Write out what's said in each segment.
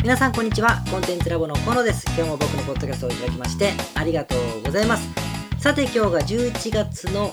皆さんこんにちは。コンテンツラボの河野です。今日も僕のポッドキャストをいただきましてありがとうございます。さて今日が11月の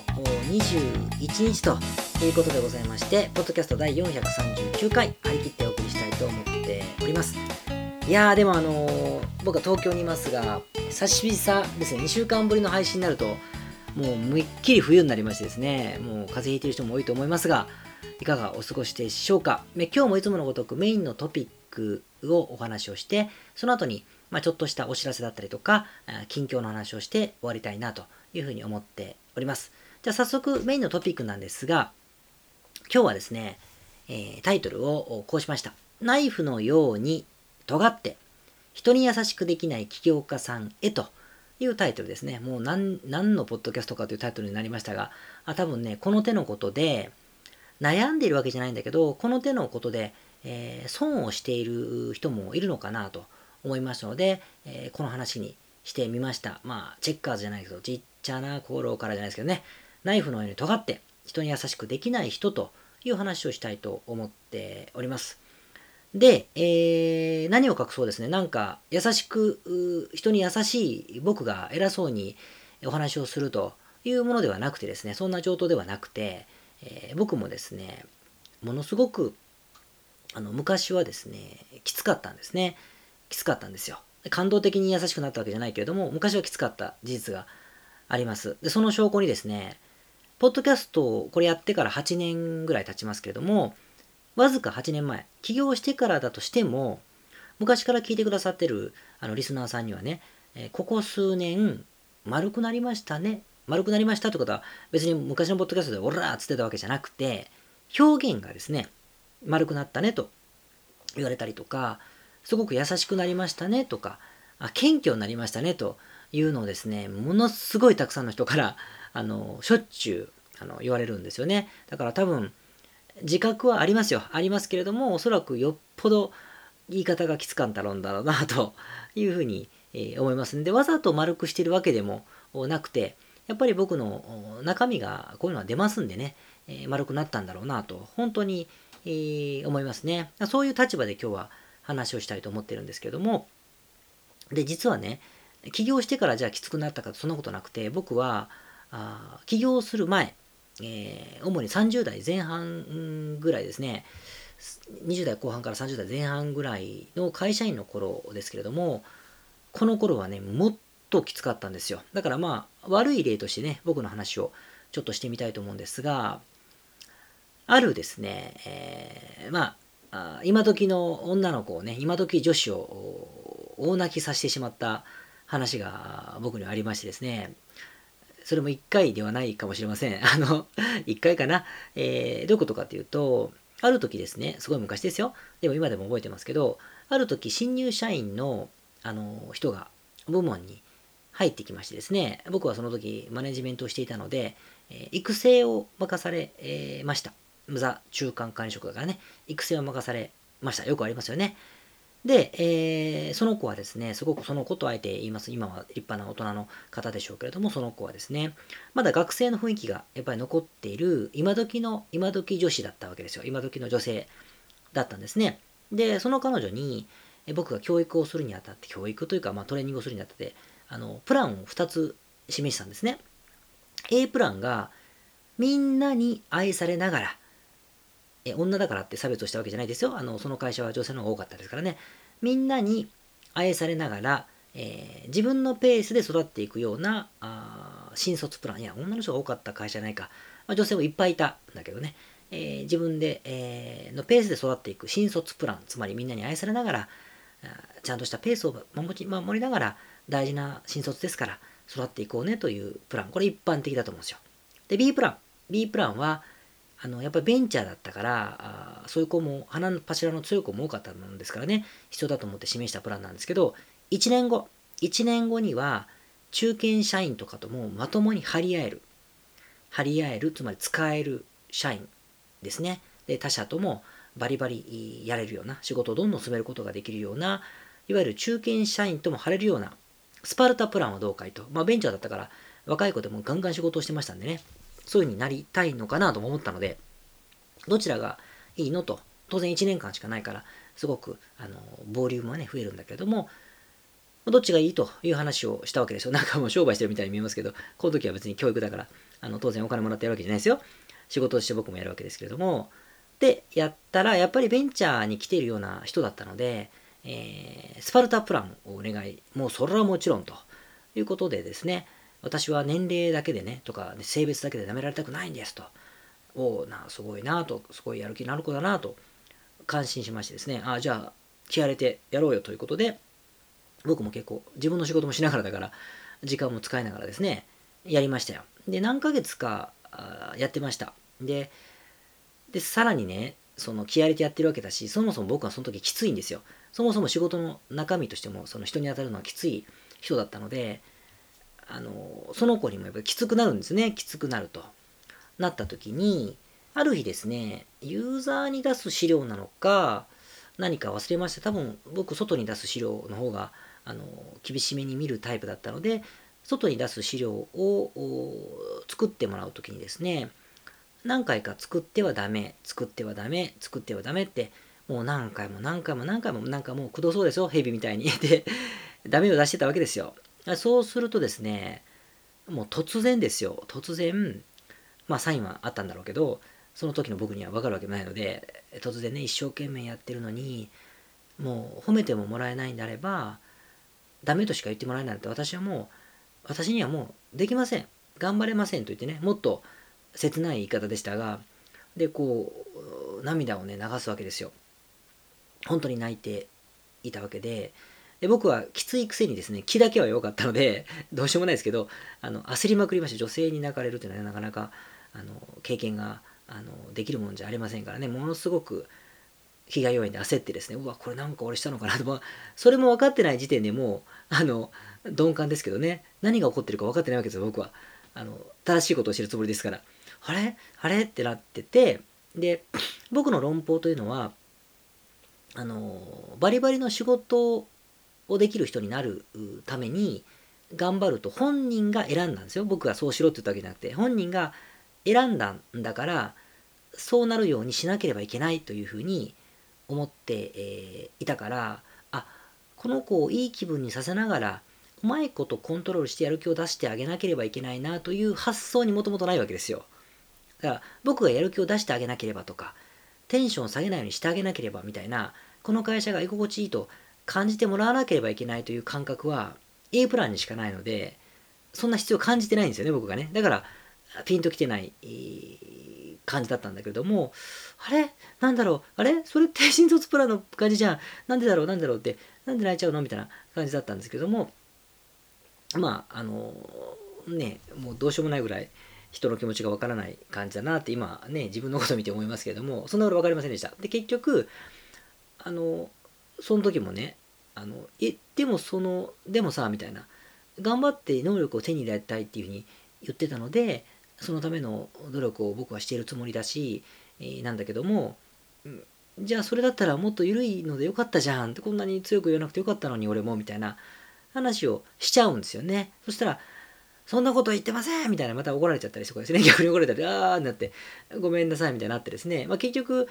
21日ということでございまして、ポッドキャスト第439回張り切ってお送りしたいと思っております。いやーでも僕は東京にいますが、久しぶりですね、2週間ぶりの配信になるともうむっきり冬になりましてですね、もう風邪ひいている人も多いと思いますが、いかがお過ごしでしょうか。今日もいつものごとくメインのトピックをお話をして、その後にちょっとしたお知らせだったりとか近況の話をして終わりたいなというふうに思っております。じゃあ早速メインのトピックなんですが、今日はですね、タイトルをこうしました。ナイフのように尖って人に優しくできない起業家さんへというタイトルですね。もう何のポッドキャストかというタイトルになりましたが、多分ねこの手のことで悩んでいるわけじゃないんだけど、この手のことで、損をしている人もいるのかなと思いましたので、この話にしてみました。チェッカーズじゃないけど、ちっちゃな頃からじゃないですけどね、ナイフのように尖って人に優しくできない人という話をしたいと思っております。で、何を隠そうですね、なんか優しく人に優しい僕が偉そうにお話をするというものではなくてですね、そんな上等ではなくて、僕もですね、ものすごく昔はですね、きつかったんですね。きつかったんですよ。感動的に優しくなったわけじゃないけれども、昔はきつかった事実があります。で、その証拠にですね、ポッドキャストをこれやってから8年ぐらい経ちますけれども、わずか8年前、起業してからだとしても、昔から聞いてくださってるリスナーさんにはね、ここ数年、丸くなりましたね。丸くなりましたってことは、別に昔のポッドキャストでオラーっつってたわけじゃなくて、表現がですね、丸くなったねと言われたりとか、すごく優しくなりましたねとか、謙虚になりましたねというのをですね、ものすごいたくさんの人からしょっちゅう言われるんですよね。だから多分自覚はありますよ。ありますけれども、おそらくよっぽど言い方がきつかったろんだろうなというふうに思いますんで、わざと丸くしているわけでもなくて、やっぱり僕の中身がこういうのは出ますんでね、丸くなったんだろうなと本当に思いますね。そういう立場で今日は話をしたいと思ってるんですけども、で実はね、起業してからじゃあきつくなったかとそんなことなくて、僕は起業する前、主に30代前半ぐらいですね、20代後半から30代前半ぐらいの会社員の頃ですけれども、この頃はねもっときつかったんですよ。だから悪い例としてね、僕の話をちょっとしてみたいと思うんですが、あるですね、今時の女の子をね、今時女子を大泣きさせてしまった話が僕にはありましてですね、それも1回ではないかもしれません。1回かな。どういうことかっていうと、ある時ですね、すごい昔ですよ。でも今でも覚えてますけど、ある時新入社員の、人が部門に入ってきましてですね、僕はその時マネジメントをしていたので、育成を任され、ました。ザ中間管理職だからね、育成を任されました。よくありますよね。で、その子はですね、すごくその子とあえて言います。今は立派な大人の方でしょうけれども、その子はですね、まだ学生の雰囲気がやっぱり残っている今時女子だったわけですよ。今時の女性だったんですね。で、その彼女に僕が教育をするにあたって、教育というか、トレーニングをするにあたって、プランを2つ示したんですね。A プランが、みんなに愛されながら、女だからって差別をしたわけじゃないですよ。その会社は女性の方が多かったですからね。みんなに愛されながら、自分のペースで育っていくような新卒プラン。いや、女の人が多かった会社じゃないか。女性もいっぱいいたんだけどね。自分で、のペースで育っていく新卒プラン。つまりみんなに愛されながら、ちゃんとしたペースを守りながら大事な新卒ですから育っていこうねというプラン。これ一般的だと思うんですよ。で、B プラン。B プランは、やっぱりベンチャーだったから、そういう子も、鼻の柱の強い子も多かったものですからね、必要だと思って示したプランなんですけど、1年後には、中堅社員とかともまともに張り合える、つまり使える社員ですね。で、他社ともバリバリやれるような、仕事をどんどん進めることができるような、いわゆる中堅社員とも張れるような、スパルタプランはどうかいと。ベンチャーだったから、若い子でもガンガン仕事をしてましたんでね、そういう風になりたいのかなとも思ったので、どちらがいいのと、当然1年間しかないから、 すごくボリュームはね増えるんだけれども、どっちがいいという話をしたわけですよ。なんかもう商売してるみたいに見えますけど、この時は別に教育だから、当然お金もらってやるわけじゃないですよ。仕事として僕もやるわけですけれども、で、やったら、やっぱりベンチャーに来ているような人だったので、スパルタプランをお願い、もうそれはもちろんということでですね、私は年齢だけでね、とか性別だけで舐められたくないんですと。すごいなと、すごいやる気のある子だなと、感心しましてですね、じゃあ、気合入れてやろうよということで、僕も結構自分の仕事もしながらだから時間も使いながらですねやりましたよ。で何ヶ月かやってました。でさらにねその気合入れてやってるわけだし、そもそも僕はその時きついんですよ。そもそも仕事の中身としてもその人に当たるのはきつい人だったので、その子にもやっぱりきつくなるんですね。きつくなるとなった時に、ある日ですねユーザーに出す資料なのか何か忘れました。多分僕外に出す資料の方が厳しめに見るタイプだったので、外に出す資料を作ってもらうときにですね、何回か作ってはダメ、作ってはダメ、作ってはダメって、もう何回も何回も何回もなんかもうくどそうですよ、ヘビみたいに。で、ダメを出してたわけですよ。そうするとですね、もう突然ですよ、突然、サインはあったんだろうけど、その時の僕には分かるわけもないので、突然ね、一生懸命やってるのに、もう褒めてももらえないんであれば、ダメとしか言ってもらえないと私にはもうできません。頑張れませんと言ってね、もっと切ない言い方でしたが、で、涙をね、流すわけですよ。本当に泣いていたわけで、僕はきついくせにですね、気だけは良かったので、どうしようもないですけど、焦りまくりまして、女性に泣かれるというのは、ね、なかなか、経験が、できるもんじゃありませんからね、ものすごく気が弱いんで焦ってですね、うわ、これなんか俺したのかなと、それも分かってない時点でもう、鈍感ですけどね、何が起こってるか分かってないわけですよ、僕は。正しいことをしてるつもりですから。あれあれってなってて、で、僕の論法というのは、バリバリの仕事をできる人になるために、頑張ると本人が選んだんですよ。僕がそうしろって言ったわけじゃなくて、本人が選んだんだから、そうなるようにしなければいけないというふうに思って、いたから、この子をいい気分にさせながらうまいことコントロールしてやる気を出してあげなければいけないなという発想にもともとないわけですよ。だから僕がやる気を出してあげなければとか、テンションを下げないようにしてあげなければみたいな、この会社が居心地いいと感じてもらわなければいけないという感覚は A プランにしかないので、そんな必要を感じてないんですよね、僕がね。だからピンときてない感じだったんだけれども、あれなんだろうあれそれって新卒プランの感じじゃん。なんでだろうって、なんで泣いちゃうのみたいな感じだったんですけども、もうどうしようもないぐらい人の気持ちがわからない感じだなって今ね、自分のことを見て思いますけれども、そんなこと分かりませんでした。で、結局、その時もね、でもさ、みたいな、頑張って能力を手に入れたいっていうふうに言ってたので、そのための努力を僕はしているつもりだし、なんだけども、じゃあそれだったらもっと緩いのでよかったじゃんって、こんなに強く言わなくてよかったのに俺もみたいな話をしちゃうんですよね。そしたら、そんなこと言ってませんみたいな、また怒られちゃったりとかですね、逆に怒られたり、あーってなって、ごめんなさいみたいになってですね、結局、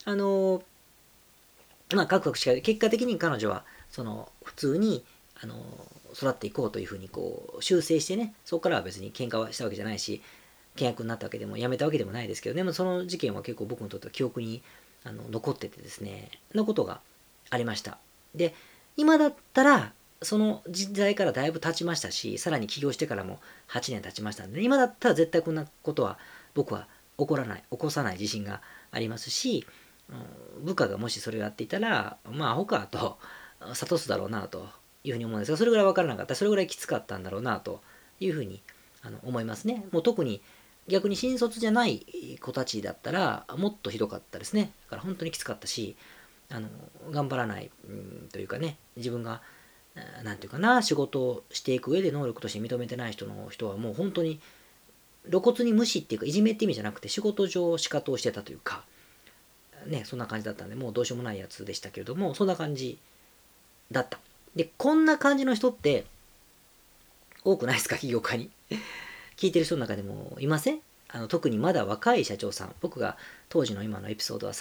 カクカクしか、結果的に彼女は、普通に、育っていこうというふうに、修正してね、そこからは別に喧嘩はしたわけじゃないし、契約になったわけでも、辞めたわけでもないですけどね、その事件は結構僕にとっては記憶に残っててですね、のことがありました。で、今だったら、その時代からだいぶ経ちましたし、さらに起業してからも8年経ちましたんで、今だったら絶対こんなことは僕は起こさない自信がありますし、部下がもしそれをやっていたら、アホかと諭すだろうなというふうに思うんですが、それぐらい分からなかった、それぐらいきつかったんだろうなというふうに思いますね。もう特に逆に新卒じゃない子たちだったらもっとひどかったですね。だから本当にきつかったし、頑張らない、というかね、自分がなんていうかな、仕事をしていく上で能力として認めてない人はもう本当に露骨に無視っていうかいじめって意味じゃなくて仕事上仕方をしてたというか、ね、そんな感じだったんで、もうどうしようもないやつでしたけれども、そんな感じだった。で、こんな感じの人って多くないですか、起業家に。聞いてる人の中でもいません？ 特にまだ若い社長さん、僕が当時の今のエピソードは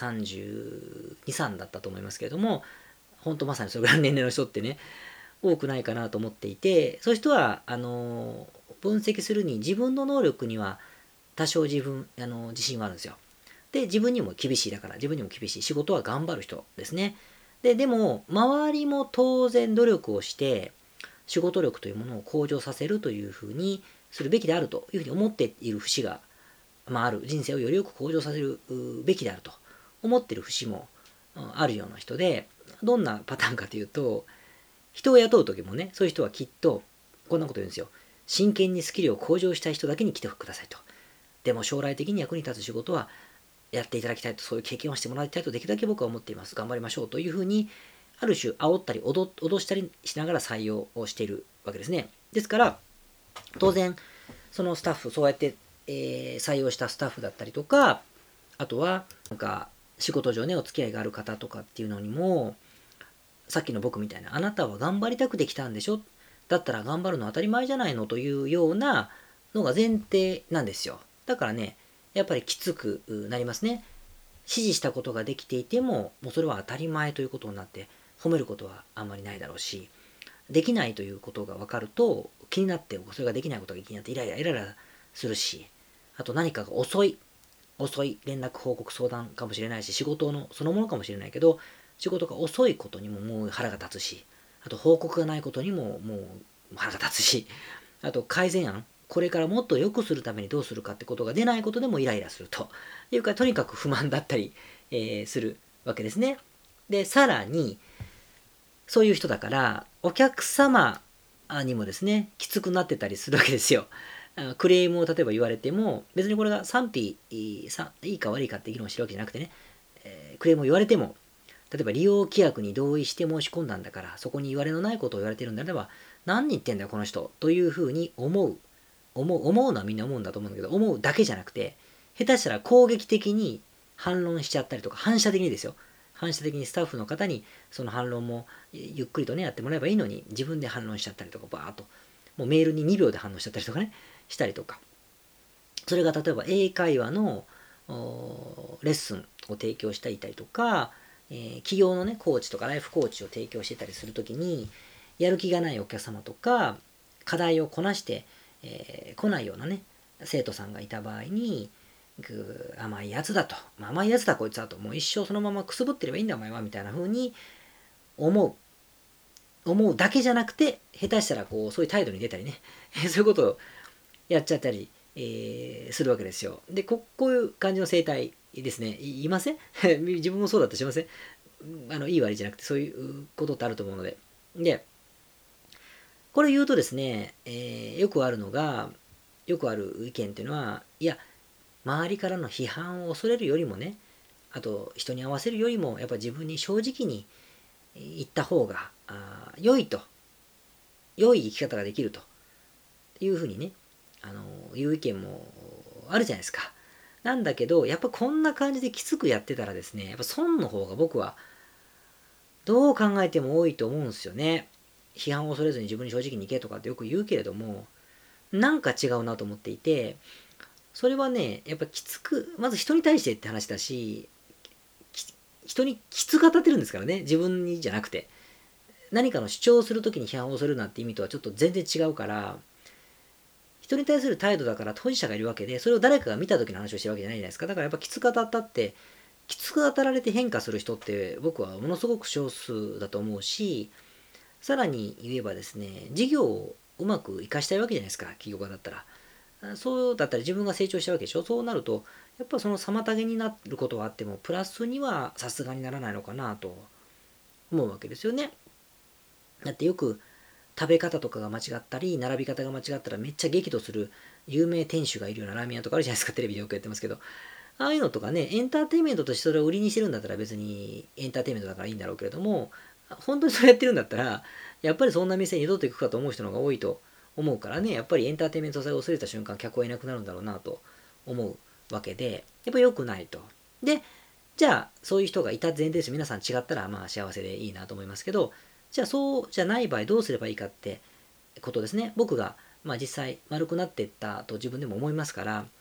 32、3だったと思いますけれども、本当まさにそれぐらいの年齢の人ってね、多くないかなと思っていて、そういう人は、分析するに自分の能力には多少自信はあるんですよ。で、自分にも厳しい。だから自分にも厳しい。仕事は頑張る人ですね。でも、周りも当然努力をして、仕事力というものを向上させるというふうにするべきであるというふうに思っている節が、ある。人生をよりよく向上させるべきであると思っている節もあるような人で、どんなパターンかというと、人を雇う時もね、そういう人はきっとこんなこと言うんですよ。真剣にスキルを向上したい人だけに来てくださいと。でも将来的に役に立つ仕事はやっていただきたいと、そういう経験をしてもらいたいとできるだけ僕は思っています。頑張りましょうというふうに、ある種煽ったり脅したりしながら採用をしているわけですね。ですから、当然、そのスタッフ、そうやって、採用したスタッフだったりとか、あとは、仕事上ね、お付き合いがある方とかっていうのにも、さっきの僕みたいな、あなたは頑張りたくて来たんでしょ、だったら頑張るの当たり前じゃないのというようなのが前提なんですよ。だからね、やっぱりきつくなりますね。指示したことができていても、もうそれは当たり前ということになって、褒めることはあんまりないだろうし、できないということが分かると、気になって、それができないことが気になって、イライラするし、あと何かが遅い連絡報告相談かもしれないし、仕事のそのものかもしれないけど、仕事が遅いことにももう腹が立つし、あと報告がないことにももう腹が立つし、あと改善案、これからもっと良くするためにどうするかってことが出ないことでもイライラするというか、とにかく不満だったり、するわけですね。で、さらに、そういう人だから、お客様にもですね、きつくなってたりするわけですよ。クレームを例えば言われても、別にこれが賛否いいか悪いかって議論してるわけじゃなくてね、クレームを言われても、例えば利用規約に同意して申し込んだんだから、そこに言われのないことを言われてるんであれば、何言ってんだよこの人というふうに思うのはみんな思うんだと思うんだけど、思うだけじゃなくて、下手したら攻撃的に反論しちゃったりとか、反射的にですよ。反射的にスタッフの方にその反論もゆっくりとねやってもらえばいいのに、自分で反論しちゃったりとか、バーっともうメールに2秒で反応しちゃったりとかね、したりとか、それが例えば英会話のレッスンを提供していたりとか、企業のねコーチとかライフコーチを提供してたりするときに、やる気がないお客様とか課題をこなして、来ないようなね生徒さんがいた場合に、甘いやつだと、甘いやつだこいつだと、もう一生そのままくすぶってればいいんだお前はみたいな風に思うだけじゃなくて、下手したらこうそういう態度に出たりねそういうことをやっちゃったり、するわけですよ。で、こういう感じの生態ですね。いません自分もそうだったしません。いい悪いじゃなくて、そういうことってあると思うので。で、これ言うとですね、よくある意見っていうのは、いや、周りからの批判を恐れるよりもね、あと人に合わせるよりも、やっぱ自分に正直に言った方が良い生き方ができるというふうにね、いう意見もあるじゃないですか。なんだけど、やっぱこんな感じできつくやってたらですね、やっぱ損の方が僕はどう考えても多いと思うんですよね。批判を恐れずに自分に正直にいけとかってよく言うけれども、なんか違うなと思っていて、それはね、やっぱきつく、まず人に対してって話だし、人にきつく当たってるんですからね、自分にじゃなくて。何かの主張をするときに批判をするなんて意味とはちょっと全然違うから、人に対する態度だから当事者がいるわけで、それを誰かが見た時の話をしてるわけじゃないじゃないですか。だからやっぱきつく当たったって、きつく当たられて変化する人って僕はものすごく少数だと思うし、さらに言えばですね、事業をうまく活かしたいわけじゃないですか、企業家だったら。そうだったら自分が成長したわけでしょ。そうなると、やっぱその妨げになることはあっても、プラスにはさすがにならないのかなと思うわけですよね。だってよく食べ方とかが間違ったり、並び方が間違ったらめっちゃ激怒する有名店主がいるようなラーメン屋とかあるじゃないですか、テレビでよくやってますけど。ああいうのとかね、エンターテインメントとしてそれを売りにしてるんだったら別にエンターテインメントだからいいんだろうけれども、本当にそれやってるんだったら、やっぱりそんな店に二度と行くかと思う人の方が多いと思うからね、やっぱりエンターテインメント性を薄れた瞬間、客はいなくなるんだろうなと思うわけで、やっぱ良くないと。で、じゃあ、そういう人がいた前提です。皆さん違ったらまあ幸せでいいなと思いますけど、じゃあそうじゃない場合どうすればいいかってことですね。僕が、実際丸くなっていったと自分でも思いますから、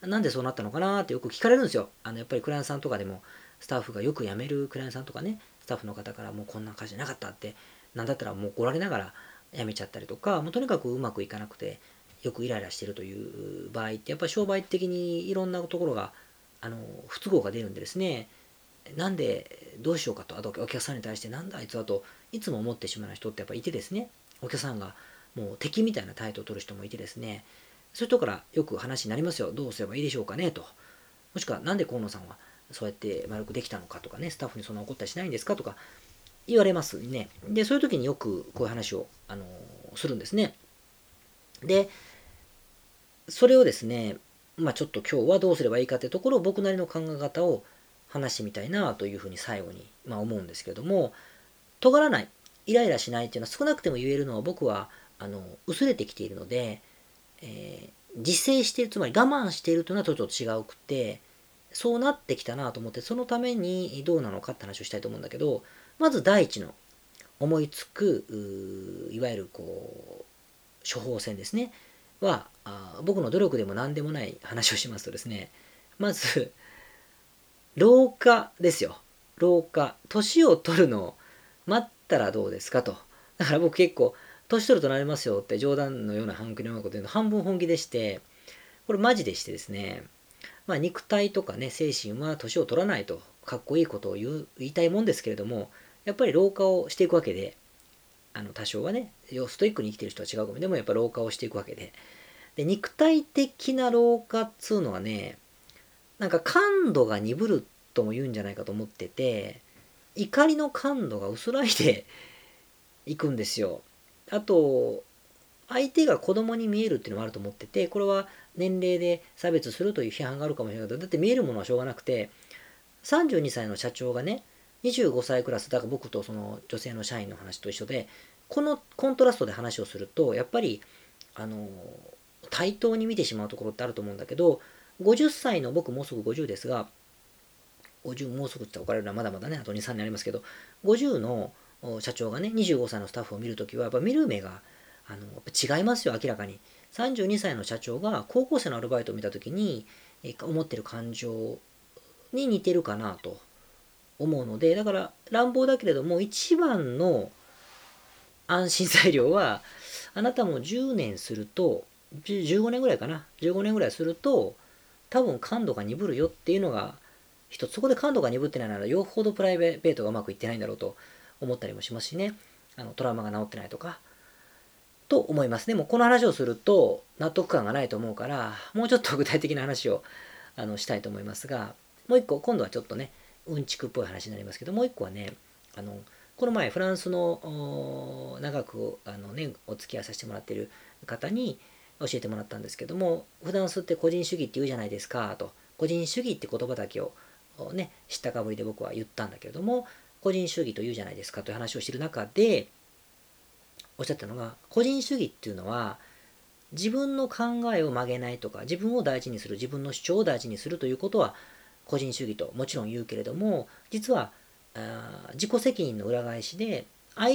なんでそうなったのかなってよく聞かれるんですよ。やっぱりクライアントさんとかでも、スタッフがよく辞めるクライアントさんとかね、スタッフの方からもうこんな会社なかったって、なんだったらもう来られながら辞めちゃったりとか、もうとにかくうまくいかなくて、よくイライラしてるという場合って、やっぱり商売的にいろんなところが、不都合が出るんでですね、なんでどうしようかと、あとお客さんに対してなんだあいつはといつも思ってしまう人ってやっぱいてですね、お客さんがもう敵みたいな態度を取る人もいてですね、そういうところからよく話になりますよ。どうすればいいでしょうかねと。もしくはなんで河野さんはそうやって丸くできたのかとかね、スタッフにそんな怒ったりしないんですかとか言われますね。で、そういう時によくこういう話を、するんですね。で、それをですね、ちょっと今日はどうすればいいかというところを僕なりの考え方を話してみたいなというふうに最後に、思うんですけれども、尖らない、イライラしないっていうのは少なくても言えるのは僕は薄れてきているので、自制している、つまり我慢しているというのはちょっと違うくて、そうなってきたなと思って、そのためにどうなのかって話をしたいと思うんだけど、まず第一の思いつく、いわゆるこう、処方箋ですね。は、僕の努力でも何でもない話をしますとですね、まず、老化ですよ。老化。年を取るのを待ったらどうですかと。だから僕結構、年取るとなりますよって冗談のような半句のようなこと言うの半分本気でして、これマジでしてですね、肉体とかね、精神は年を取らないと、かっこいいことを言いたいもんですけれども、やっぱり老化をしていくわけで、多少はね、ストイックに生きてる人は違うかも。でもやっぱ老化をしていくわけで。で、肉体的な老化っつうのはね、なんか感度が鈍るとも言うんじゃないかと思ってて、怒りの感度が薄らいでいくんですよ。あと、相手が子供に見えるっていうのもあると思ってて、これは年齢で差別するという批判があるかもしれないけど、だって見えるものはしょうがなくて、32歳の社長がね、25歳クラス、だから僕とその女性の社員の話と一緒で、このコントラストで話をすると、やっぱり、対等に見てしまうところってあると思うんだけど、50歳の僕もうすぐ50ですが、50もうすぐって言ったら怒られるのはまだまだね、あと2、3年ありますけど、50の社長がね、25歳のスタッフを見るときは、やっぱ見る目がやっぱ違いますよ、明らかに。32歳の社長が高校生のアルバイトを見たときに、思ってる感情に似てるかなと思うので、だから乱暴だけれども、一番の安心材料は、あなたも10年すると、15年ぐらいかな、15年ぐらいすると、多分感度が鈍るよっていうのが一つ。そこで感度が鈍ってないなら、よほどプライベートがうまくいってないんだろうと思ったりもしますしね。トラウマが治ってないとか、と思います。でもこの話をすると納得感がないと思うから、もうちょっと具体的な話をしたいと思いますが、もう一個、今度はちょっとね、うんちくっぽい話になりますけど、もう一個はね、この前フランスの長くお付き合いさせてもらっている方に教えてもらったんですけども、フランスって個人主義って言うじゃないですかと、個人主義って言葉だけをね、知ったかぶりで僕は言ったんだけれども、個人主義と言うじゃないですかという話をしている中で、おっしゃったのが、個人主義っていうのは、自分の考えを曲げないとか、自分を大事にする、自分の主張を大事にするということは、個人主義ともちろん言うけれども、実は、自己責任の裏返しで、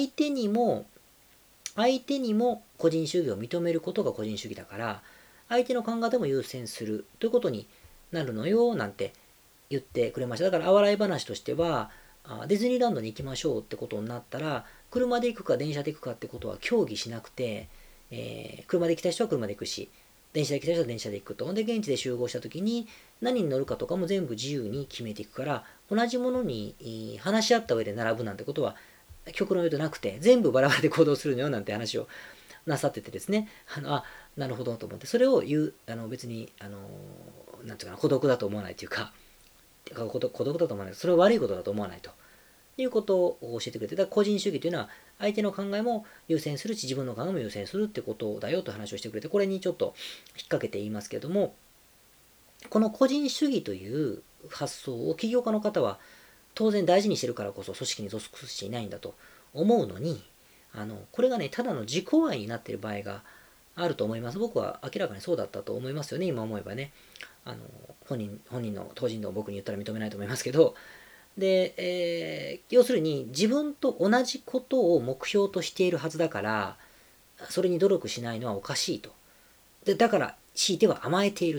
相手にも個人主義を認めることが個人主義だから、相手の考えでも優先するということになるのよ、なんて言ってくれました。だから、笑い話としては、ディズニーランドに行きましょうってことになったら、車で行くか電車で行くかってことは協議しなくて、車で来た人は車で行くし、電車で来た人は電車で行くと。ほんで、現地で集合した時に何に乗るかとかも全部自由に決めていくから、同じものに話し合った上で並ぶなんてことは極論言うとなくて、全部バラバラで行動するのよなんて話をなさっててですね、なるほどと思って、それを言う、別に、なんていうかな、孤独だと思わないというか、孤独だと思わない。それは悪いことだと思わないと。いうことを教えてくれて、だから個人主義というのは相手の考えも優先するし、自分の考えも優先するってことだよと話をしてくれて、これにちょっと引っ掛けて言いますけれども、この個人主義という発想を起業家の方は当然大事にしてるからこそ組織に属していないんだと思うのに、これがね、ただの自己愛になっている場合があると思います。僕は明らかにそうだったと思いますよね、今思えばね。本人の当人の僕に言ったら認めないと思いますけど、で、要するに自分と同じことを目標としているはずだから、それに努力しないのはおかしいと。で、だから、強いては甘えていると。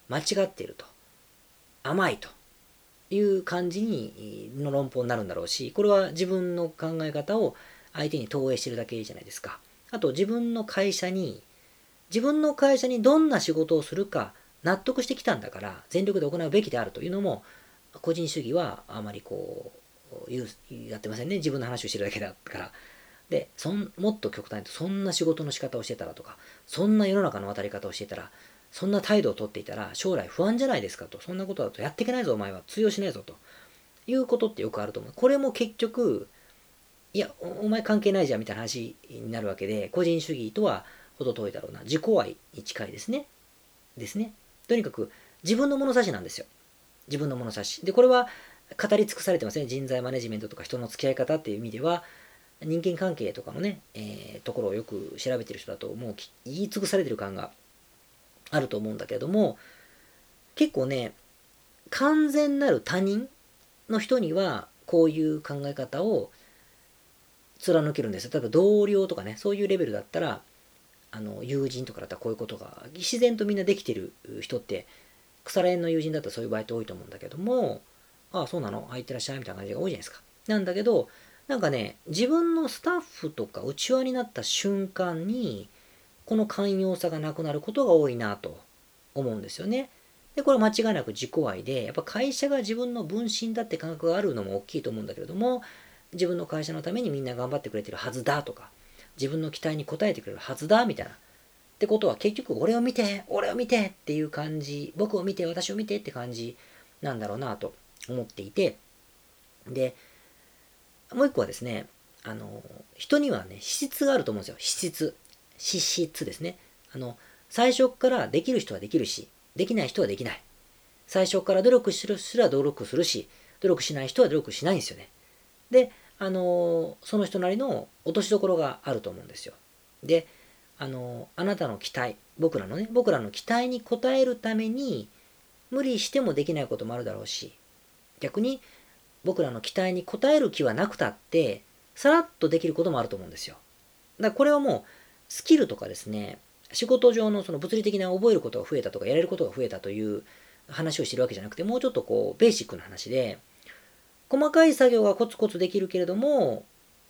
間違っていると、甘いという感じの論法になるんだろうし、これは自分の考え方を相手に投影してるだけじゃないですか。あと自分の会社にどんな仕事をするか納得してきたんだから全力で行うべきであるというのも個人主義はあまりやってませんね。自分の話をしてるだけだから。で、もっと極端に言うと、そんな仕事の仕方をしてたらとか、そんな世の中の渡り方をしていたら、そんな態度をとっていたら、将来不安じゃないですかと。そんなことだとやっていけないぞ、お前は。通用しないぞと。いうことってよくあると思う。これも結局、いや、お前関係ないじゃんみたいな話になるわけで、個人主義とは程遠いだろうな。自己愛に近いですね。とにかく、自分の物差しなんですよ。自分の物差し。で、これは語り尽くされてますね。人材マネジメントとか人の付き合い方っていう意味では、人間関係とかのね、ところをよく調べてる人だともう言い尽くされてる感があると思うんだけれども、結構ね、完全なる他人の人にはこういう考え方を貫けるんですよ。例えば同僚とかね、そういうレベルだったら、友人とかだったらこういうことが自然とみんなできてる人って、腐れ縁の友人だったらそういう場合って多いと思うんだけども、ああ、そうなの、あ、いってらっしゃいみたいな感じが多いじゃないですか。なんだけど、なんかね、自分のスタッフとか内輪になった瞬間に、この寛容さがなくなることが多いなと思うんですよね。で、これ間違いなく自己愛で、やっぱ会社が自分の分身だって感覚があるのも大きいと思うんだけれども、自分の会社のためにみんな頑張ってくれてるはずだとか、自分の期待に応えてくれるはずだみたいな。ってことは結局俺を見てっていう感じ、僕を見て私を見てって感じなんだろうなと思っていて、で、もう一個はですね、人にはね、資質があると思うんですよ。資質ですね。最初からできる人はできるし、できない人はできない。最初から努力する人は努力するし、努力しない人は努力しないんですよね。で、その人なりの落としどころがあると思うんですよ。で、あなたの期待、僕らの期待に応えるために、無理してもできないこともあるだろうし、逆に僕らの期待に応える気はなくたって、さらっとできることもあると思うんですよ。だからこれはもう、スキルとかですね、仕事上のその物理的な覚えることが増えたとか、やれることが増えたという話をしてるわけじゃなくて、もうちょっとベーシックな話で、細かい作業がコツコツできるけれども、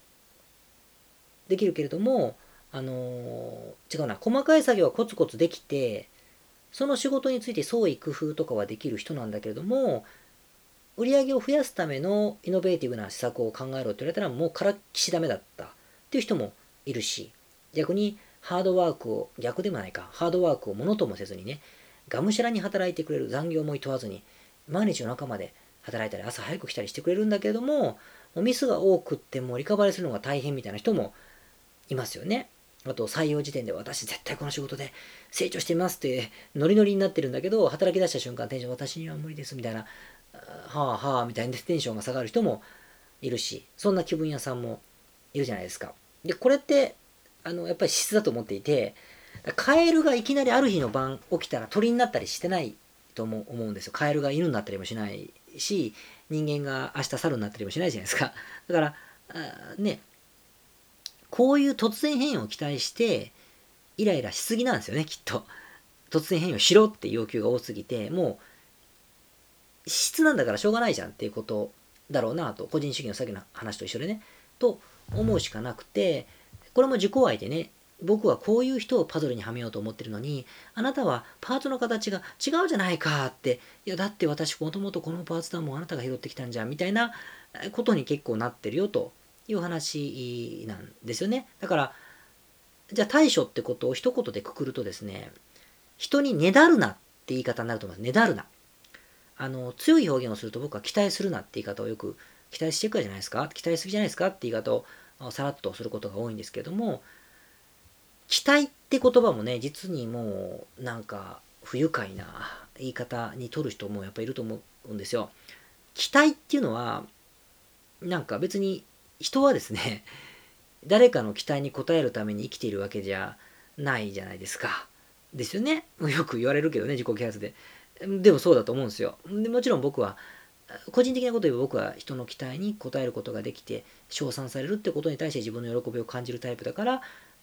違うな、細かい作業はコツコツできて、その仕事について創意工夫とかはできる人なんだけれども、売り上げを増やすためのイノベーティブな施策を考えろって言われたらもうからっきしダメだったっていう人もいるし、逆にハードワークを、逆でもないか、ハードワークをものともせずにね、がむしゃらに働いてくれる、残業もいとわずに、毎日の中まで働いたり朝早く来たりしてくれるんだけれども、ミスが多くってもリカバリーするのが大変みたいな人もいますよね。あと採用時点で私絶対この仕事で成長していますってノリノリになってるんだけど、働き出した瞬間テンション私には無理ですみたいな、はあはあみたいなテンションが下がる人もいるし、そんな気分屋さんもいるじゃないですか。で、これってやっぱり質だと思っていて、カエルがいきなりある日の晩起きたら鳥になったりしてないと思うんですよ。カエルが犬になったりもしないし、人間が明日猿になったりもしないじゃないですか。だからね、こういう突然変異を期待してイライラしすぎなんですよね、きっと。突然変異をしろって要求が多すぎて、もう質なんだからしょうがないじゃんっていうことだろうなと、個人主義のさっきの話と一緒でね、と思うしかなくて、これも自己愛でね、僕はこういう人をパズルにはめようと思ってるのに、あなたはパーツの形が違うじゃないかって、いやだって私もともとこのパーツだもん、あなたが拾ってきたんじゃんみたいなことに結構なってるよという話なんですよね。だから、じゃあ対処ってことを一言でくくるとですね、人にねだるなって言い方になると思います。ねだるな。強い表現をすると僕は期待するなって言い方をよく、期待していくじゃないですか、期待しすぎじゃないですかって言い方をさらっとすることが多いんですけれども、期待って言葉もね、実にもうなんか不愉快な言い方に取る人もやっぱいると思うんですよ。期待っていうのは、なんか別に人はですね、誰かの期待に応えるために生きているわけじゃないじゃないですか。ですよね。よく言われるけどね、自己啓発で。でもそうだと思うんですよ。でもちろん僕は、個人的なことを言えば僕は人の期待に応えることができて、称賛されるってことに対して自分の喜びを感じるタイプだから、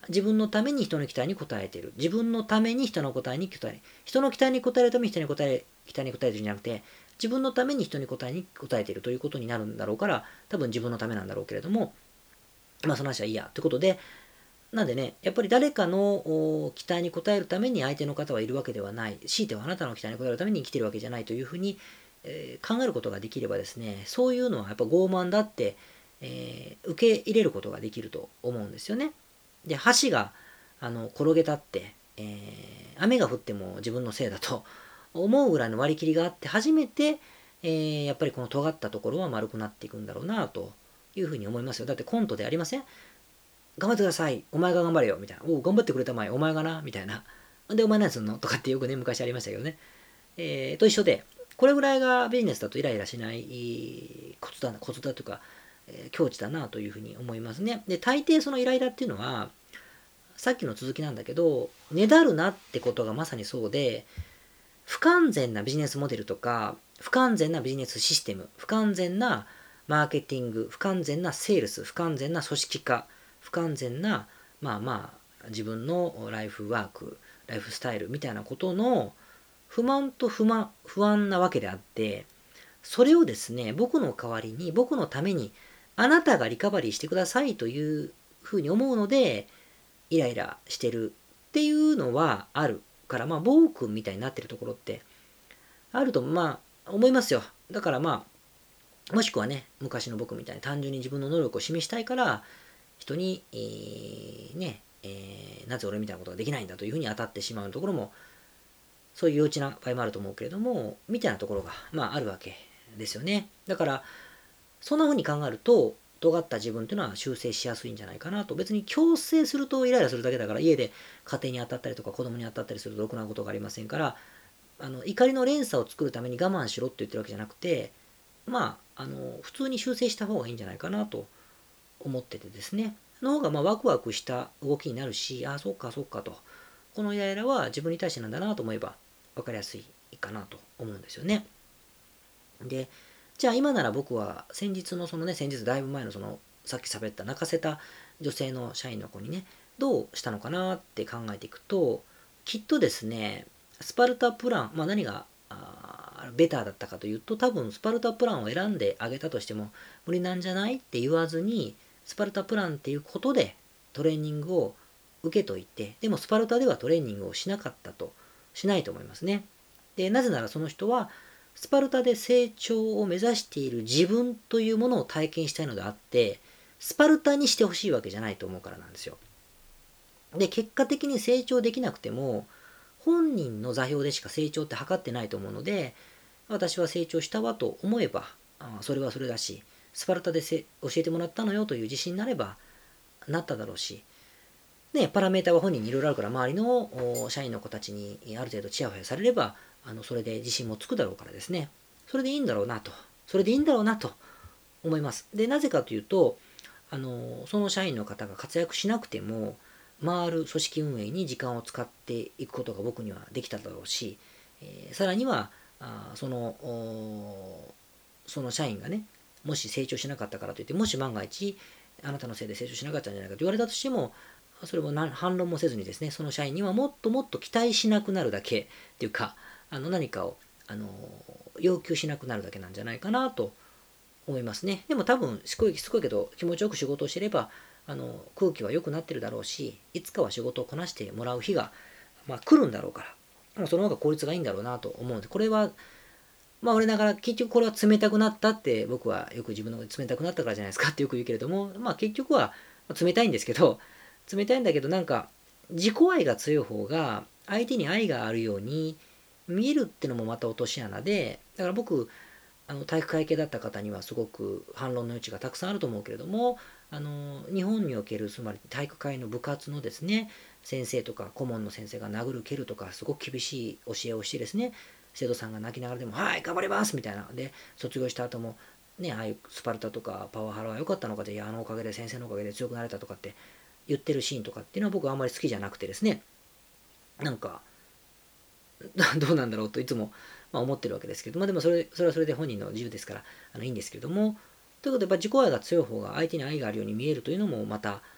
自分のために人の期待に応えている。自分のために人の期待に応える。人の期待に応えるために人に期待に応えているんじゃなくて、自分のために人に期待に応えているということになるんだろうから、多分自分のためなんだろうけれども、まあその話はいいや。ということで、なんでね、やっぱり誰かの期待に応えるために相手の方はいるわけではない。強いてはあなたの期待に応えるために生きているわけじゃないというふうに、考えることができればですね、そういうのはやっぱ傲慢だって、受け入れることができると思うんですよね。で、橋が転げたって、雨が降っても自分のせいだと思うぐらいの割り切りがあって初めて、やっぱりこの尖ったところは丸くなっていくんだろうなというふうに思いますよ。だってコントでありません？頑張ってください。お前が頑張れよ。みたいな。おう、頑張ってくれたまえ。お前がな。みたいな。で、お前何すんのとかってよくね、昔ありましたけどね。と一緒で、これぐらいがビジネスだとイライラしないコツだというか、境地だなというふうに思いますね。で、大抵そのイライラっていうのは、さっきの続きなんだけど、ねだるなってことがまさにそうで、不完全なビジネスモデルとか、不完全なビジネスシステム、不完全なマーケティング、不完全なセールス、不完全な組織化、不完全な、自分のライフワーク、ライフスタイルみたいなことの不満と不安なわけであって、それをですね、僕の代わりに、僕のために、あなたがリカバリーしてくださいというふうに思うので、イライラしてるっていうのはあるから、暴君みたいになってるところってあると、思いますよ。だからもしくはね、昔の僕みたいに単純に自分の能力を示したいから、人に、なぜ俺みたいなことができないんだというふうに当たってしまうところも、そういう幼稚な場合もあると思うけれども、みたいなところが、あるわけですよね。だから、そんなふうに考えると、尖った自分っていうのは修正しやすいんじゃないかなと。別に強制するとイライラするだけだから、家で家庭に当たったりとか子供に当たったりするとろくなことがありませんから、怒りの連鎖を作るために我慢しろって言ってるわけじゃなくて、普通に修正した方がいいんじゃないかなと思っててですね。の方がワクワクした動きになるし、ああ、そっかそっかと。このイライラは自分に対してなんだなと思えば分かりやすいかなと思うんですよね。で、じゃあ今なら僕は先日だいぶ前のさっき喋った泣かせた女性の社員の子にね、どうしたのかなって考えていくと、きっとですね、スパルタプラン、何がベターだったかというと、多分スパルタプランを選んであげたとしても無理なんじゃないって言わずに、スパルタプランっていうことでトレーニングを受けといて、でもスパルタではトレーニングをしないと思いますね。で、なぜならその人はスパルタで成長を目指している自分というものを体験したいのであって、スパルタにしてほしいわけじゃないと思うからなんですよ。で、結果的に成長できなくても、本人の座標でしか成長って測ってないと思うので、私は成長したわと思えば、それはそれだし、スパルタで教えてもらったのよという自信になれば、なっただろうし、ね、パラメータは本人にいろいろあるから、周りの社員の子たちにある程度チヤホヤされれば、それで自信もつくだろうからですね。それでいいんだろうなと。それでいいんだろうなと思います。で、なぜかというと、その社員の方が活躍しなくても、回る組織運営に時間を使っていくことが僕にはできただろうし、さらには、その社員がね、もし成長しなかったからといって、もし万が一、あなたのせいで成長しなかったんじゃないかと言われたとしても、それも反論もせずにですね、その社員にはもっともっと期待しなくなるだけっていうか、何かを、要求しなくなるだけなんじゃないかなと思いますね。でも多分、しつこいけど気持ちよく仕事をしてれば、空気は良くなってるだろうし、いつかは仕事をこなしてもらう日が、来るんだろうから、その方が効率がいいんだろうなと思うので、これは、俺ながら結局これは冷たくなったって僕はよく自分の冷たくなったからじゃないですかってよく言うけれども、結局は冷たいんですけど、冷たいんだけど自己愛が強い方が相手に愛があるように見えるってのもまた落とし穴で、だから僕、体育会系だった方にはすごく反論の余地がたくさんあると思うけれども、日本におけるつまり体育会の部活のですね、先生とか顧問の先生が殴る蹴るとかすごく厳しい教えをしてですね、生徒さんが泣きながらでも「はい頑張ります」みたいなで卒業した後もね、ああいうスパルタとかパワハラは良かったのかで、いやおかげで先生のおかげで強くなれたとかって言ってるシーンとかっていうのは僕はあんまり好きじゃなくてですね、どうなんだろうといつも思ってるわけですけど、でもそれはそれで本人の自由ですからいいんですけれども、ということで自己愛が強い方が相手に愛があるように見えるというのもまた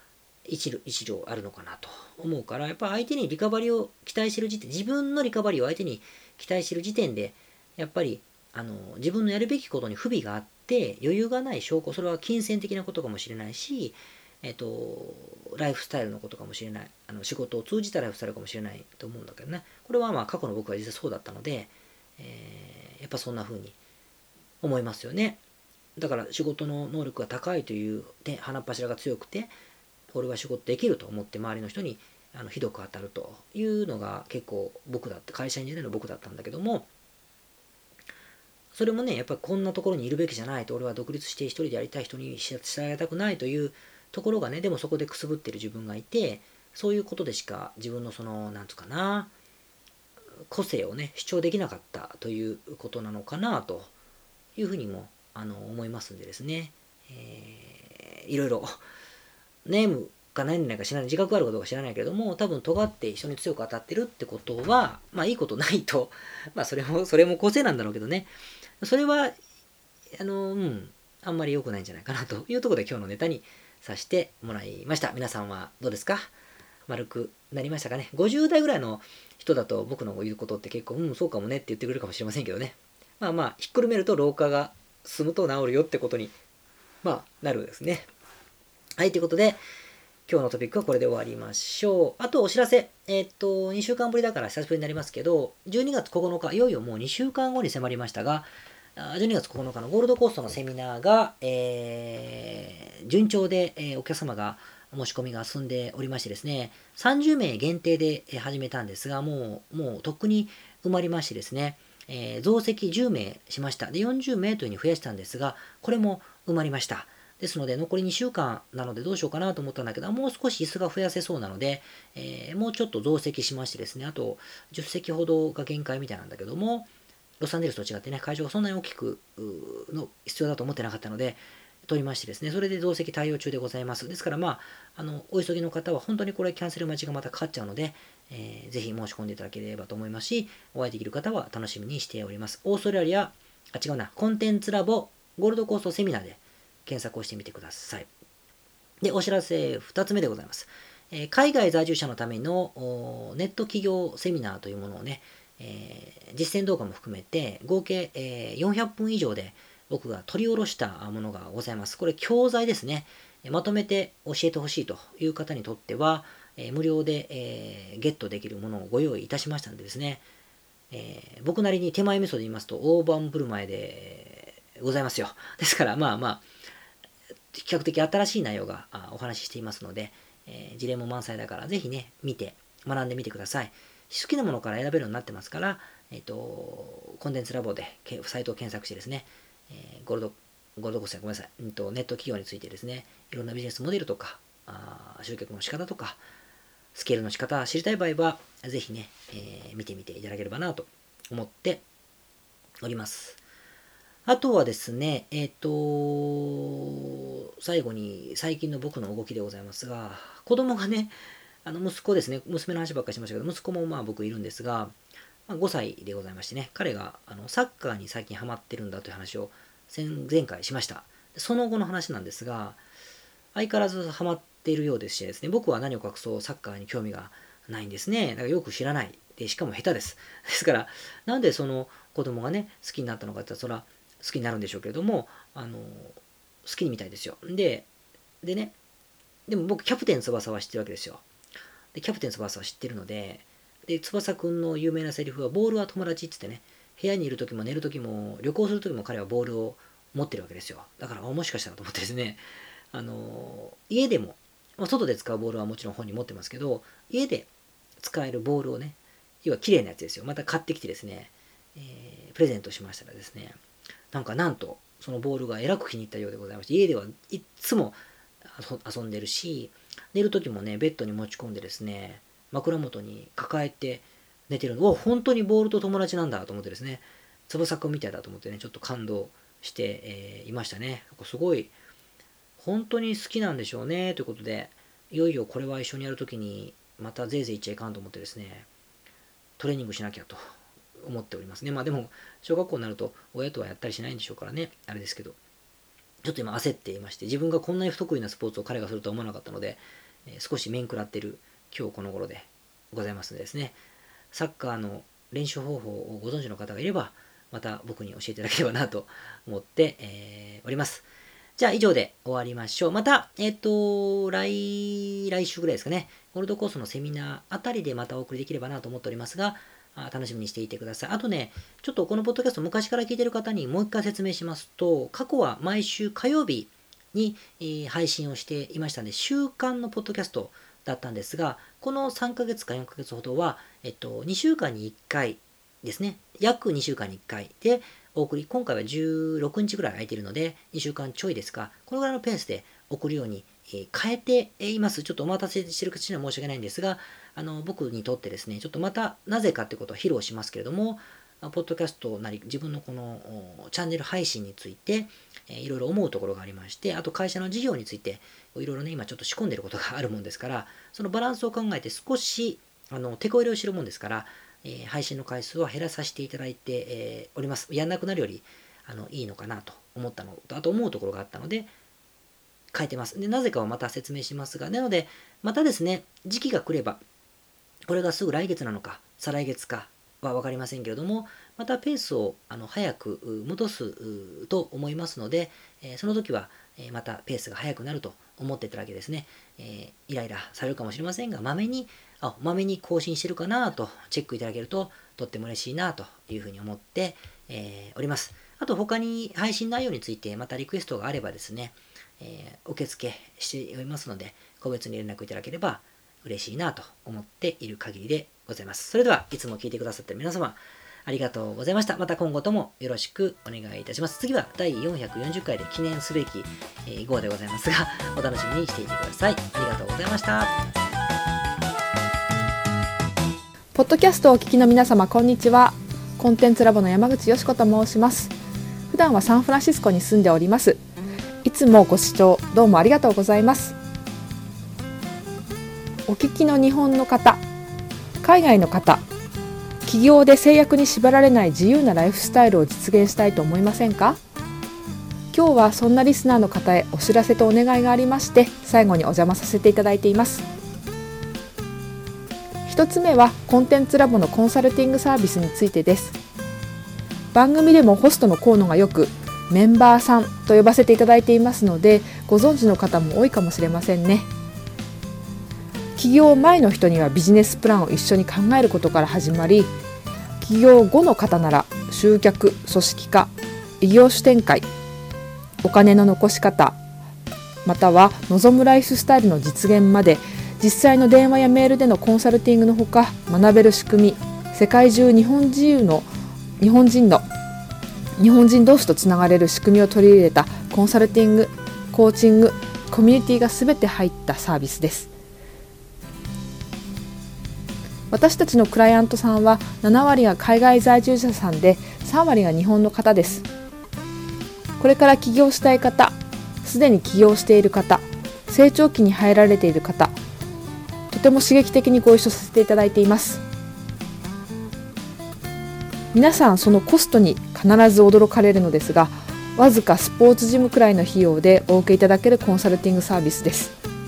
一理あるのかなと思うから、やっぱ相手にリカバリーを期待してる時点、自分のリカバリーを相手に期待してる時点で、やっぱり自分のやるべきことに不備があって余裕がない証拠、それは金銭的なことかもしれないし、ライフスタイルのことかもしれない、仕事を通じたライフスタイルかもしれないと思うんだけどね。これはまあ過去の僕は実際そうだったので、やっぱそんな風に思いますよね。だから仕事の能力が高いという鼻っ柱が強くて、俺は仕事できると思って周りの人にひどく当たるというのが結構僕だった、会社員時代の僕だったんだけども、それもね、やっぱりこんなところにいるべきじゃないと、俺は独立して一人でやりたい人にしてあげたくないというところがね、でもそこでくすぶってる自分がいて、そういうことでしか自分のなんつうかな、個性をね、主張できなかったということなのかなというふうにも思いますんでですね、いろいろ悩むか悩んでないか知らない、自覚があるかどうか知らないけれども、多分尖って人に強く当たってるってことは、まあいいことないと、まあそれも個性なんだろうけどね、それは、あんまり良くないんじゃないかなというところで今日のネタにさせてもらいました。皆さんはどうですか？丸くなりましたかね。50代ぐらいの人だと僕の言うことって結構、そうかもねって言ってくれるかもしれませんけどね。まあまあ、ひっくるめると老化が進むと治るよってことに、まあ、なるですね。はい、ということで、今日のトピックはこれで終わりましょう。あとお知らせ。2週間ぶりだから久しぶりになりますけど、12月9日、いよいよもう2週間後に迫りましたが、12月9日のゴールドコーストのセミナーが、順調で、お客様が申し込みが済んでおりましてですね、30名限定で始めたんですが、もうとっくに埋まりましてですね、増席10名しました。で、40名というふうに増やしたんですが、これも埋まりました。ですので、残り2週間なのでどうしようかなと思ったんだけど、もう少し椅子が増やせそうなので、もうちょっと増席しましてですね、あと10席ほどが限界みたいなんだけども、ロサンゼルスと違ってね、会場がそんなに大きくの必要だと思ってなかったので、取りましてですね、それで増席対応中でございます。ですから、まあ、お急ぎの方は本当にこれキャンセル待ちがまたかかっちゃうので、ぜひ申し込んでいただければと思いますし、お会いできる方は楽しみにしております。オーストラリア、違うな、コンテンツラボゴールドコーストセミナーで検索をしてみてください。で、お知らせ2つ目でございます。海外在住者のためのネット企業セミナーというものをね、実践動画も含めて合計、400分以上で僕が取り下ろしたものがございます。これ教材ですね。まとめて教えてほしいという方にとっては、無料で、ゲットできるものをご用意いたしましたのでですね、僕なりに手前味噌で言いますと大盤振る舞いでございますよ。ですからまあまあ比較的新しい内容がお話ししていますので、事例も満載だからぜひね見て学んでみてください。好きなものから選べるようになってますから、コンテンツラボでサイトを検索してですね、ゴールドコースごめんなさい、ネット企業についてですね、いろんなビジネスモデルとか、集客の仕方とか、スケールの仕方知りたい場合は、ぜひね、見てみていただければなと思っております。あとはですね、最後に最近の僕の動きでございますが、子供がね、息子ですね、娘の話ばっかりしましたけど、息子もまあ僕いるんですが、5歳でございましてね、彼がサッカーに最近ハマってるんだという話を前回しました。その後の話なんですが、相変わらずハマっているようでしてですね、僕は何を隠そうサッカーに興味がないんですね。だからよく知らない。で、しかも下手です。ですから、なんでその子供がね、好きになったのかって言ったら、それは好きになるんでしょうけれども、好きみたいですよ。でね、でも僕、キャプテン翼は知ってるわけですよ。で、キャプテン翼は知ってるので、翼くんの有名なセリフは、ボールは友達って言ってね、部屋にいる時も寝る時も旅行する時も彼はボールを持ってるわけですよ。だから、もしかしたらと思ってですね、家でも、外で使うボールはもちろん本に持ってますけど、家で使えるボールをね、要は綺麗なやつですよ。また買ってきてですね、プレゼントしましたらですね、なんと、そのボールがえらく気に入ったようでございまして、家ではいっつも遊んでるし、寝る時もね、ベッドに持ち込んでですね、枕元に抱えて寝てるの。本当にボールと友達なんだと思ってですね、翼くんみたいだと思ってね、ちょっと感動して、いましたね。すごい、本当に好きなんでしょうね、ということで、いよいよこれは一緒にやるときに、またぜいぜい言っちゃいかんと思ってですね、トレーニングしなきゃと思っておりますね。まあでも、小学校になると親とはやったりしないんでしょうからね、あれですけど、ちょっと今焦っていまして、自分がこんなに不得意なスポーツを彼がするとは思わなかったので、 少し面食らってる今日この頃でございますのでですね、サッカーの練習方法をご存知の方がいれば、また僕に教えていただければなと思って、おります。じゃあ以上で終わりましょう。また、来週ぐらいですかね、ゴールドコースのセミナーあたりでまたお送りできればなと思っておりますが、楽しみにしていてください。あとね、ちょっとこのポッドキャスト昔から聞いている方にもう一回説明しますと、過去は毎週火曜日に配信をしていましたので、週間のポッドキャストだったんですが、この3ヶ月か4ヶ月ほどは、2週間に1回ですね、約2週間に1回でお送り、今回は16日ぐらい空いているので、2週間ちょいですが、このぐらいのペースで送るように変えています。ちょっとお待たせしている口には申し訳ないんですが、僕にとってですね、ちょっとまたなぜかということを披露しますけれども、ポッドキャストなり自分のこのチャンネル配信についていろいろ思うところがありまして、あと会社の事業についていろいろね、今ちょっと仕込んでいることがあるもんですから、そのバランスを考えて少し手こ入れをしているもんですから、配信の回数は減らさせていただいております。やんなくなるよりいいのかなと思ったのと、あと思うところがあったので、変えてます。で、なぜかはまた説明しますが、なので、またですね、時期が来れば、これがすぐ来月なのか、再来月かは分かりませんけれども、またペースを早く戻すと思いますので、その時はまたペースが速くなると思っていただけですね、イライラされるかもしれませんが、まめに更新してるかなとチェックいただけるととっても嬉しいなというふうに思っております。あと他に配信内容についてまたリクエストがあればですね、受付しておりますので、個別に連絡いただければ嬉しいなと思っている限りでございます。それではいつも聞いてくださっている皆様、ありがとうございました。また今後ともよろしくお願いいたします。次は第440回で記念すべき号でございますが、お楽しみにしていてください。ありがとうございました。 ポッドキャストをお聞きの皆様、こんにちは。コンテンツラボの山口よし子と申します。普段はサンフランシスコに住んでおります。いつもご視聴どうもありがとうございます。お聞きの日本の方、海外の方、企業で制約に縛られない自由なライフスタイルを実現したいと思いませんか？今日はそんなリスナーの方へお知らせとお願いがありまして、最後にお邪魔させていただいています。一つ目はコンテンツラボのコンサルティングサービスについてです。番組でもホストの河野がよくメンバーさんと呼ばせていただいていますので、ご存知の方も多いかもしれませんね。起業前の人にはビジネスプランを一緒に考えることから始まり、起業後の方なら集客、組織化、異業種展開、お金の残し方、または望むライフスタイルの実現まで、実際の電話やメールでのコンサルティングのほか、学べる仕組み、世界中日本人同士とつながれる仕組みを取り入れたコンサルティング、コーチング、コミュニティがすべて入ったサービスです。私たちのクライアントさんは7割が海外在住者さんで、3割が日本の方です。これから起業したい方、すでに起業している方、成長期に入られている方、とても刺激的にご一緒させていただいています。皆さんそのコストに必ず驚かれるのですが、わずかスポーツジムくらいの費用でお受けいただけるコンサルティングサービスです。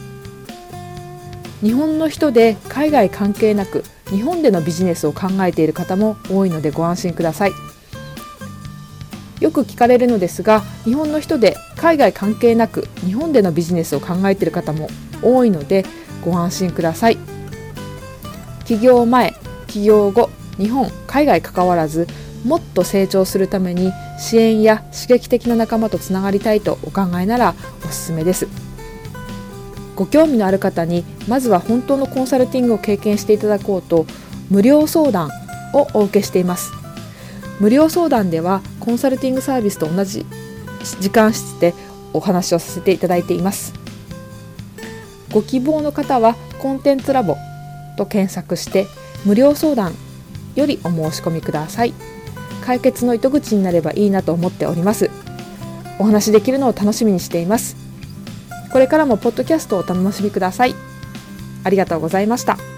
日本の人で海外関係なく日本でのビジネスを考えている方も多いのでご安心ください。よく聞かれるのですが、日本の人で海外関係なく日本でのビジネスを考えている方も多いのでご安心ください。起業前、起業後、日本、海外関わらず、もっと成長するために支援や刺激的な仲間とつながりたいとお考えならおすすめです。ご興味のある方にまずは本当のコンサルティングを経験していただこうと、無料相談をお受けしています。無料相談ではコンサルティングサービスと同じ時間室でお話をさせていただいています。ご希望の方はコンテンツラボと検索して無料相談よりお申し込みください。解決の糸口になればいいなと思っております。お話できるのを楽しみにしています。これからもポッドキャストをお楽しみください。ありがとうございました。